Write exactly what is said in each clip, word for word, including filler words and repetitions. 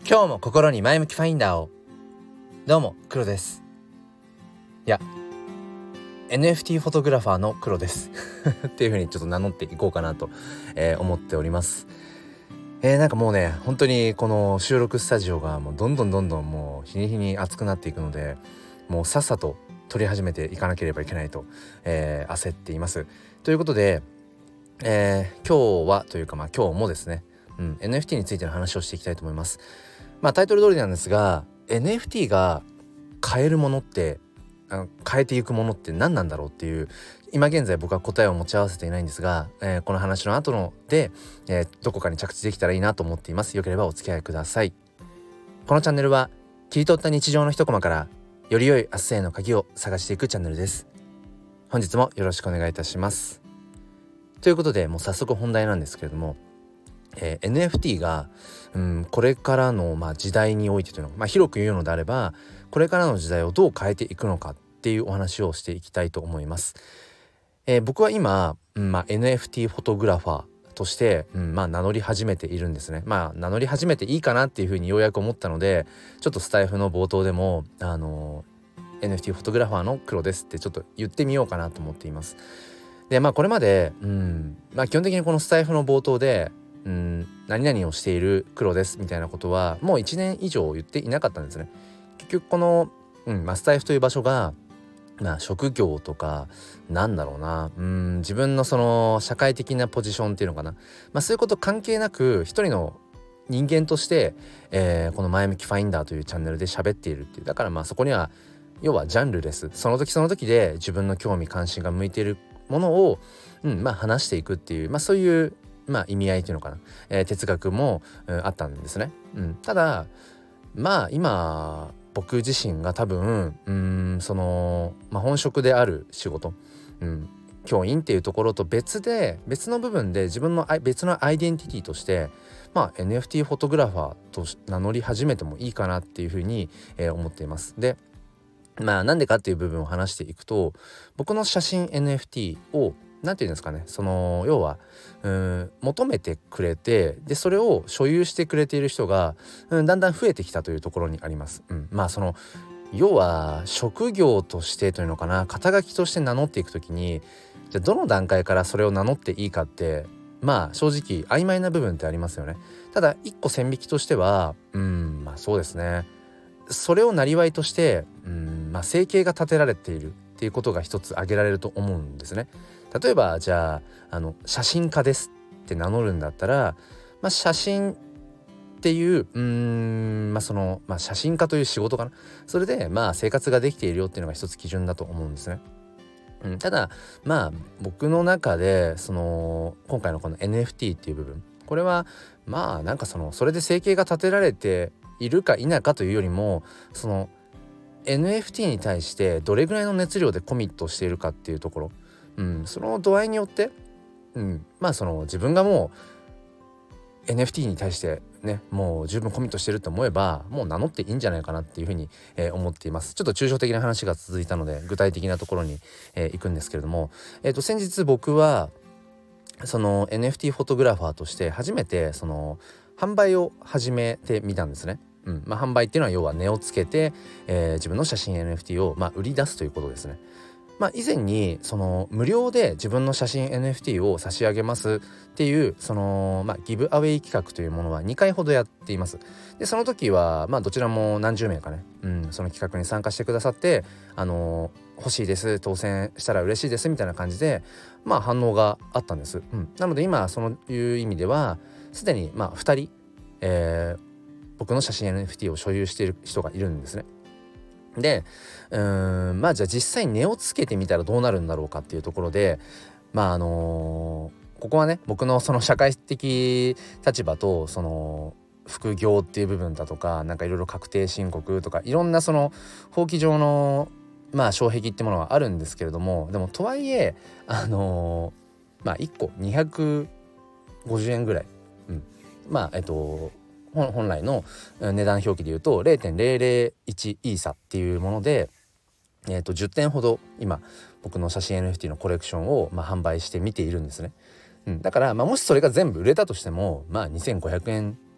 今日も心に前向きファインダーを。どうも黒です。いや エヌエフティー フォトグラファーの黒ですっていう風にちょっと名乗っていこうかなと、えー、思っております。えー、なんかもうね本当にこの収録スタジオがもうどんどんどんどんもう日に日に暑くなっていくので、もうさっさと撮り始めていかなければいけないと、えー、焦っています。ということで、えー、今日はというかまあ今日もですね、うん、エヌエフティー についての話をしていきたいと思います。まあタイトル通りなんですが、 エヌエフティー が変えるものってあの変えていくものって何なんだろうっていう、今現在僕は答えを持ち合わせていないんですが、えー、この話の後ので、えー、どこかに着地できたらいいなと思っています。よければお付き合いください。このチャンネルは切り取った日常の一コマからより良い明日への鍵を探していくチャンネルです。本日もよろしくお願いいたします。ということでもう早速本題なんですけれども、えー、エヌエフティー が、うん、これからの、まあ、時代においてというのを、まあ、広く言うのであればこれからの時代をどう変えていくのかっていうお話をしていきたいと思います。えー、僕は今、うんまあ、エヌエフティー フォトグラファーとして、うんまあ、名乗り始めているんですね。まあ名乗り始めていいかなっていうふうにようやく思ったので、ちょっとスタイフの冒頭でもあのー、エヌエフティー フォトグラファーの黒ですってちょっと言ってみようかなと思っています。でまあこれまで、うんまあ、基本的にこのスタイフの冒頭でうん、何々をしている黒ですみたいなことはもういちねん以上言っていなかったんですね。結局この、うんまあ、スタイフという場所が、まあ、職業とかなんだろうなうん自分のその社会的なポジションっていうのかな、まあ、そういうこと関係なく一人の人間として、えー、この前向きファインダーというチャンネルで喋っているっていう、だからまあそこには要はジャンルレス、その時その時で自分の興味関心が向いているものを、うんまあ、話していくっていう、まあ、そういうまあ意味合いというのかな、えー、哲学も、うん、あったんですね。うん、ただまあ今僕自身が多分うーんその、まあ、本職である仕事、うん、教員っていうところと別で別の部分で自分の別のアイデンティティとしてまあ エヌエフティー フォトグラファーと名乗り始めてもいいかなっていうふうに、えー、思っています。でまあなんでかっていう部分を話していくと、僕の写真 エヌエフティー をなんていうんですかね、その要はうーん求めてくれて、でそれを所有してくれている人が、うん、だんだん増えてきたというところにあります。うん、まあその要は職業としてというのかな、肩書きとして名乗っていくときに、じゃあどの段階からそれを名乗っていいかってまあ正直曖昧な部分ってありますよね。ただ一個線引きとしてはうんまあそうですね、それを生りとしてうんまあ生計が立てられているっていうことが一つ挙げられると思うんですね。例えばじゃあ、あの写真家ですって名乗るんだったら、まあ、写真っていううーん、まあそのまあ、写真家という仕事かな、それでまあ生活ができているよっていうのが一つ基準だと思うんですね。うん、ただまあ僕の中でその今回のこの エヌエフティー っていう部分、これはまあなんかそのそれで生計が立てられているか否かというよりも、その エヌエフティー に対してどれぐらいの熱量でコミットしているかっていうところ、うん、その度合いによって、うん、まあその自分がもう エヌエフティー に対してねもう十分コミットしてると思えばもう名乗っていいんじゃないかなっていうふうに、えー、思っています。ちょっと抽象的な話が続いたので具体的なところに、えー、行くんですけれども、えーと先日僕はその エヌエフティー フォトグラファーとして初めてその販売を始めてみたんですね。うんまあ、販売っていうのは要は値をつけて、えー、自分の写真 エヌエフティー を、まあ、売り出すということですね。まあ、以前にその無料で自分の写真 エヌエフティー を差し上げますっていうその、まあ、ギブアウェイ企画というものはにかいほどやっています。でその時はまあどちらも何十名かね、うん、その企画に参加してくださってあの欲しいです当選したら嬉しいですみたいな感じでまあ反応があったんです。うん、なので今そういう意味ではすでにまあふたり、えー、僕の写真 エヌエフティー を所有している人がいるんですね。でうーんまあじゃあ実際に値をつけてみたらどうなるんだろうかっていうところで、まああのー、ここはね僕のその社会的立場とその副業っていう部分だとかなんかいろいろ確定申告とかいろんなその法規上のまあ障壁ってものはあるんですけれども、でもとはいえあのー、まあいっこにひゃくごじゅうえんぐらい、うん、まあえっと本来の値段表記でいうと ゼロてんゼロゼロいち イーサっていうもので、えー、とじゅってんほど今僕の写真 エヌエフティー のコレクションをまあ販売してみているんですね。うん、だから、まあ、もしそれが全部売れたとしてもまあにせんごひゃくえん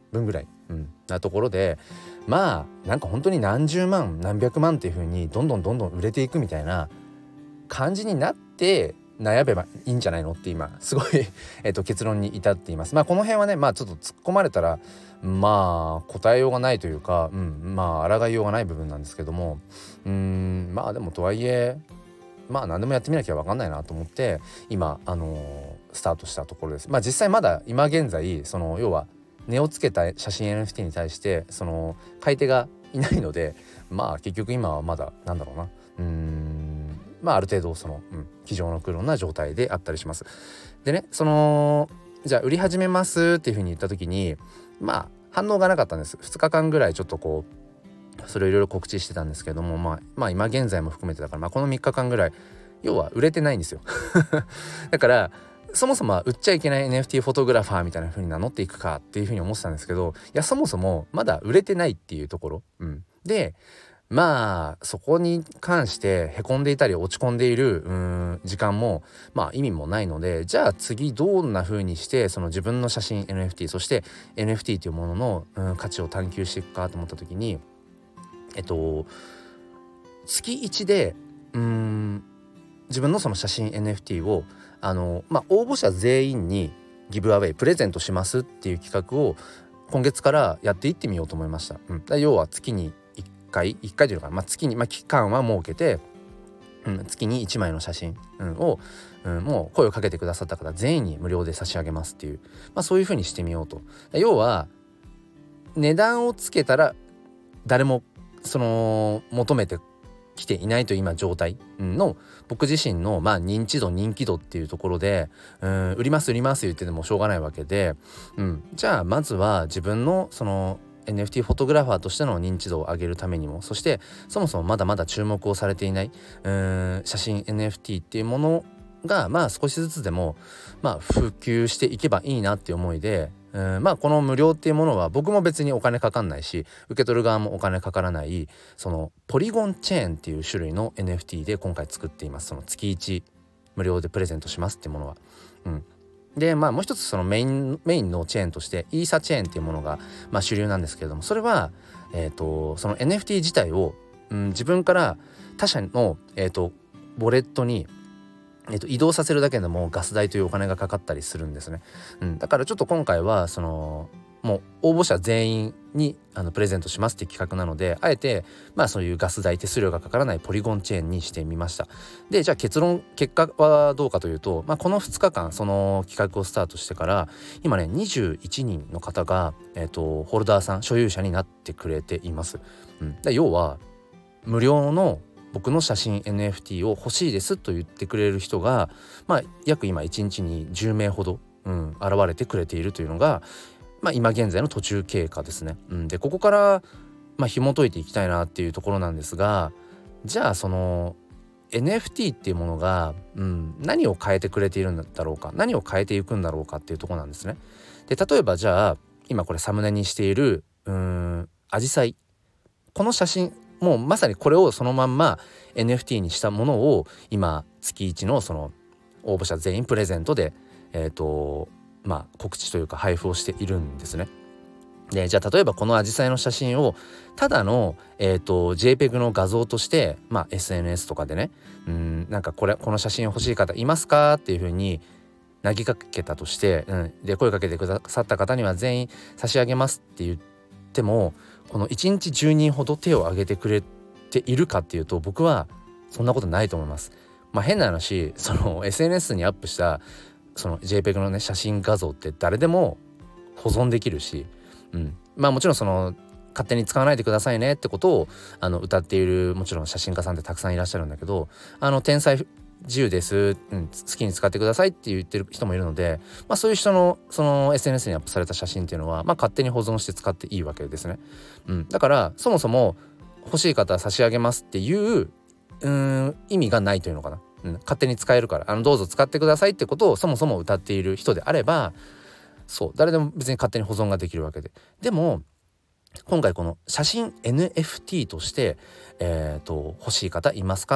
分ぐらい、うん、なところで、まあなんか本当に何十万何百万っていう風にどんどんどんどん売れていくみたいな感じになって悩めばいいんじゃないのって今すごいえっと結論に至っています。まあこの辺はね、まあちょっと突っ込まれたらまあ答えようがないというか、うん、まあ抗いようがない部分なんですけども、うーんまあでもとはいえまあ何でもやってみなきゃ分かんないなと思って今あのースタートしたところです。まあ実際まだ今現在その要は値をつけた写真 エヌエフティー に対してその買い手がいないので、まあ結局今はまだなんだろうなうーんまあある程度その、うん、机上の空論な状態であったりします。でね、そのじゃあ売り始めますっていうふうに言った時にまあ反応がなかったんです。ふつかかんぐらいちょっとこうそれをいろいろ告知してたんですけども、まあ、まあ今現在も含めてだから、まあ、このみっかかんぐらい要は売れてないんですよだからそもそも売っちゃいけない エヌエフティー フォトグラファーみたいな風に名乗っていくかっていう風に思ってたんですけど、いやそもそもまだ売れてないっていうところ、うん、でまあそこに関してへこんでいたり落ち込んでいるうーん時間もまあ意味もないので、じゃあ次どんな風にしてその自分の写真 エヌエフティー そして エヌエフティー というもののうん価値を探求していくかと思った時にえっと月いちでうーん自分のその写真 エヌエフティー をあの、まあ、応募者全員にギブアウェイプレゼントしますっていう企画を今月からやっていってみようと思いました。うん、だ要は月にいっかいいっかいというか、まあ、月に、まあ、期間は設けて、うん、月にいちまいの写真、うん、を、うん、もう声をかけてくださった方全員に無料で差し上げますっていう、まあ、そういう風にしてみようと。要は値段をつけたら誰もその求めて来ていないという今状態の僕自身のまあ認知度人気度っていうところでうん売ります売ります言っててもしょうがないわけで、うん、じゃあまずは自分のその エヌエフティー フォトグラファーとしての認知度を上げるためにも、そしてそもそもまだまだ注目をされていないうん写真 エヌエフティー っていうものがまあ少しずつでもまあ普及していけばいいなっていう思いで、うんまあこの無料っていうものは僕も別にお金かかんないし受け取る側もお金かからないそのポリゴンチェーンっていう種類の エヌエフティー で今回作っています。その月いち無料でプレゼントしますっていうものは、うん、でまあもう一つそのメインメインのチェーンとしてイーサチェーンっていうものがまあ主流なんですけれども、それはえっとその エヌエフティー 自体を、うん、自分から他社のえっとウォレットにえっと、移動させるだけでもガス代というお金がかかったりするんですね、うん、だからちょっと今回はそのもう応募者全員にあのプレゼントしますっていう企画なので、あえてまあそういうガス代手数料がかからないポリゴンチェーンにしてみました。でじゃあ結論結果はどうかというと、まあ、このふつかかんその企画をスタートしてから今ねにじゅういちにんの方が、えっと、ホルダーさん所有者になってくれています、うん、だ要は無料の僕の写真 エヌエフティー を欲しいですと言ってくれる人が、まあ、約今いちにちにじゅうめいほど、うん、現れてくれているというのが、まあ、今現在の途中経過ですね。うん、でここから、まあ、紐解いていきたいなっていうところなんですが、じゃあその エヌエフティー っていうものが、うん、何を変えてくれているんだろうか、何を変えていくんだろうかっていうところなんですね。で例えばじゃあ今これサムネにしているうーんアジサイ、この写真もうまさにこれをそのまんま エヌエフティー にしたものを今月いちのその応募者全員プレゼントでえっとまあ告知というか配布をしているんですね。でじゃあ例えばこのアジサイの写真をただの、えー、と ジェイペグ の画像として、まあ、エスエヌエス とかでねうんなんかこれこの写真欲しい方いますかっていう風に投げかけたとして、うん、で声かけてくださった方には全員差し上げますって言ってもこのいちにちじゅうにんほど手を挙げてくれているかっていうと僕はそんなことないと思います。まあ変な話その エスエヌエス にアップしたその ジェイペグ のね写真画像って誰でも保存できるし、うん、まあもちろんその勝手に使わないでくださいねってことをあの歌っているもちろん写真家さんってたくさんいらっしゃるんだけど、あの天才自由です、うん、好きに使ってくださいって言ってる人もいるので、まあ、そういう人のその エスエヌエス にアップされた写真っていうのは、まあ、勝手に保存して使っていいわけですね、うん、だからそもそも欲しい方は差し上げますっていう、うーん意味がないというのかな、うん、勝手に使えるからあのどうぞ使ってくださいってことをそもそも歌っている人であればそう誰でも別に勝手に保存ができるわけで、でも今回この写真 エヌエフティー として、えーと、欲しい方いますか、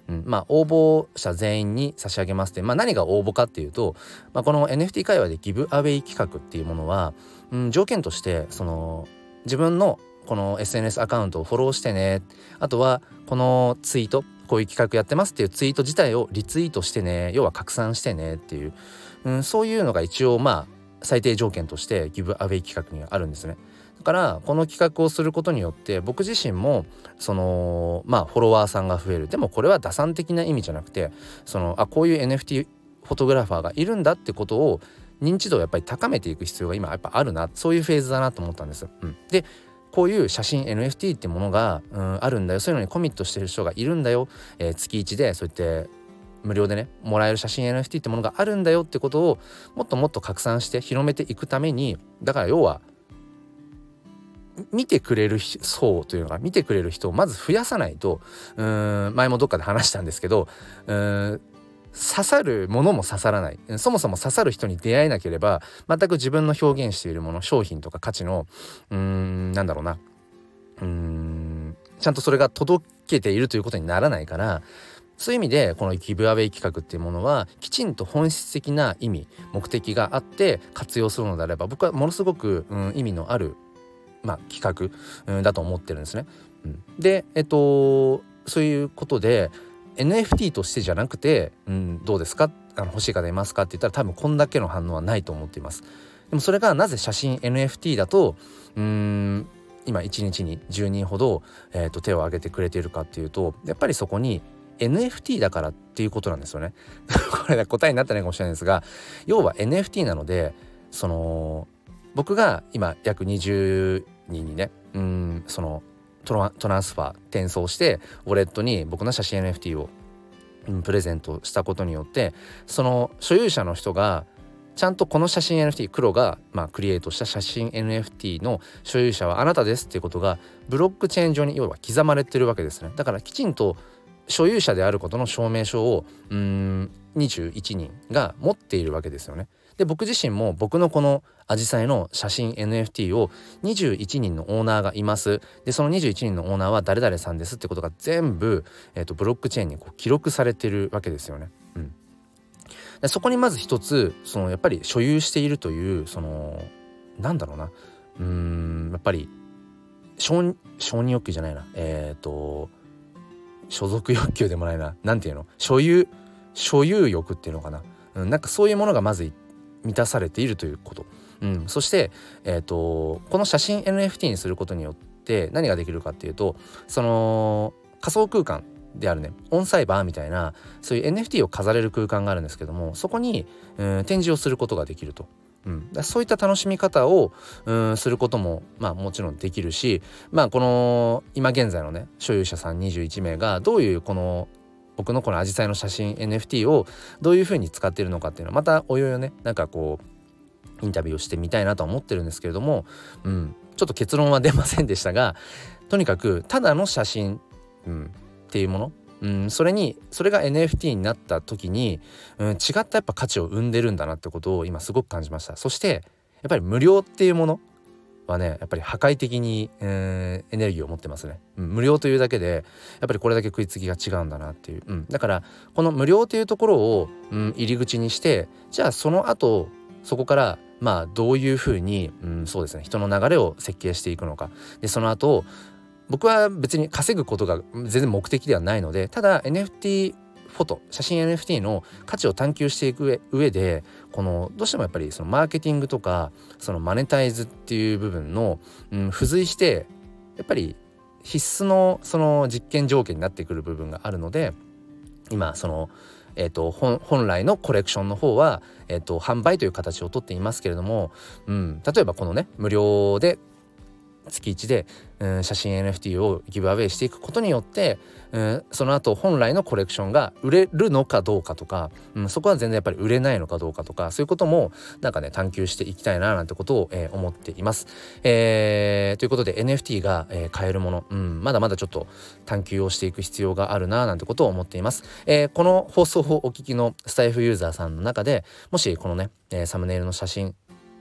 うん、まあ応募者全員に差し上げますって、まあ、何が応募かっていうと、まあ、この エヌエフティー 界隈でギブアウェイ企画っていうものは、うん、条件としてその自分のこの エスエヌエス アカウントをフォローしてね、あとはこのツイート、こういう企画やってますっていうツイート自体をリツイートしてね、要は拡散してねっていう、うん、そういうのが一応まあ最低条件としてギブアウェイ企画にはあるんですね。だからこの企画をすることによって僕自身もそのまあフォロワーさんが増える。でもこれは打算的な意味じゃなくて、そのあこういう エヌエフティー フォトグラファーがいるんだってことを認知度をやっぱり高めていく必要が今やっぱあるな、そういうフェーズだなと思ったんです。うん、でこういう写真 エヌエフティー ってものが、うん、あるんだよ、そういうのにコミットしてる人がいるんだよ、えー、月いちでそうやって無料でねもらえる写真 エヌエフティー ってものがあるんだよってことをもっともっと拡散して広めていくために、だから要は見てくれる層というのが見てくれる人をまず増やさないと、うーん前もどっかで話したんですけど、うーん刺さるものも刺さらない、そもそも刺さる人に出会えなければ全く自分の表現しているもの、商品とか価値のうーんなんだろうなうーんちゃんとそれが届けているということにならないから、そういう意味でこのギブアウェイ企画っていうものはきちんと本質的な意味目的があって活用するのであれば、僕はものすごく、うん、意味のある、まあ、企画、うん、だと思ってるんですね。うん、でえっとそういうことで エヌエフティー としてじゃなくて、うん、どうですか、あの欲しい方いますかって言ったら多分こんだけの反応はないと思っています。でもそれがなぜ写真 エヌエフティー だとうーん今いちにちにじゅうにんほど、えーと、手を挙げてくれているかっていうと、やっぱりそこに エヌエフティー だからっていうことなんですよねこれ答えになってないかもしれないですが、要は エヌエフティー なので、その僕が今約にじゅうにんにねうんそのトラトランスファー転送してウォレットに僕の写真 エヌエフティー を、うん、プレゼントしたことによって、その所有者の人がちゃんとこの写真 エヌエフティー 黒が、まあ、クリエイトした写真 エヌエフティー の所有者はあなたですっていうことがブロックチェーン上に要は刻まれてるわけですね。だからきちんと所有者であることの証明書をうーんにじゅういちにんが持っているわけですよね。で僕自身も僕のこのアジサイの写真 エヌエフティー をにじゅういちにんのオーナーがいます。でそのにじゅういちにんのオーナーは誰々さんですってことが全部、えーと、ブロックチェーンにこう記録されてるわけですよね。うん、でそこにまず一つそのやっぱり所有しているというそのなんだろうなうーんやっぱり承承認欲求じゃないなえっ、ー、と所属欲求でもないな、なんていうの、所有所有欲っていうのかな、うん、なんかそういうものがまず満たされているということ、うん、そして、えーと、この写真 エヌエフティー にすることによって何ができるかっていうと、その仮想空間であるねオンサイバーみたいなそういう エヌエフティー を飾れる空間があるんですけども、そこに、うん、展示をすることができると。うん、だそういった楽しみ方をうんすることもまあもちろんできるし、まあこの今現在のね所有者さんにじゅういちめいがどういうこの僕のこのアジサイの写真 エヌエフティー をどういう風に使っているのかっていうのはまたおいおいねなんかこうインタビューをしてみたいなと思ってるんですけれども、うん、ちょっと結論は出ませんでしたが、とにかくただの写真、うん、っていうもの、うん、それにそれが エヌエフティー になった時に、うん、違ったやっぱ価値を生んでるんだなってことを今すごく感じました。そしてやっぱり無料っていうものはねやっぱり破壊的に、えー、エネルギーを持ってますね、うん、無料というだけでやっぱりこれだけ食いつきが違うんだなっていう、うん、だからこの無料というところを、うん、入り口にして、じゃあその後そこからまあどういうふうに、うん、そうですね人の流れを設計していくのかで、その後僕は別に稼ぐことが全然目的ではないので、ただ エヌエフティー フォト写真 エヌエフティー の価値を探求していく 上, 上でこのどうしてもやっぱりそのマーケティングとかそのマネタイズっていう部分の、うん、付随してやっぱり必須のその実験条件になってくる部分があるので、今そのえー、と 本, 本来のコレクションの方は、えー、と販売という形をとっていますけれども、うん、例えばこのね無料で月いちで、うん、写真 エヌエフティー をギブアウェイしていくことによって、うん、その後本来のコレクションが売れるのかどうかとか、うん、そこは全然やっぱり売れないのかどうかとか、そういうこともなんかね探求していきたいななんてことを、えー、思っています、えー、ということで エヌエフティー が、えー、買えるもの、うん、まだまだちょっと探求をしていく必要があるななんてことを思っています、えー、この放送をお聞きのスタイフユーザーさんの中でもしこのね、えー、サムネイルの写真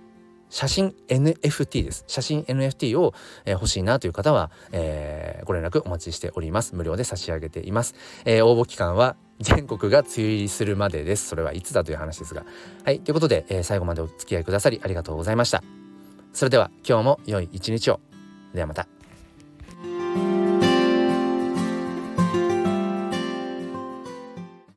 写真 エヌエフティー です。写真 エヌエフティー を、えー、欲しいなという方は、えー、ご連絡お待ちしております。無料で差し上げています。えー、応募期間は全国が梅雨入りするまでです。それはいつだという話ですが、はい、ということで、えー、最後までお付き合いくださりありがとうございました。それでは今日も良い一日を。ではまた。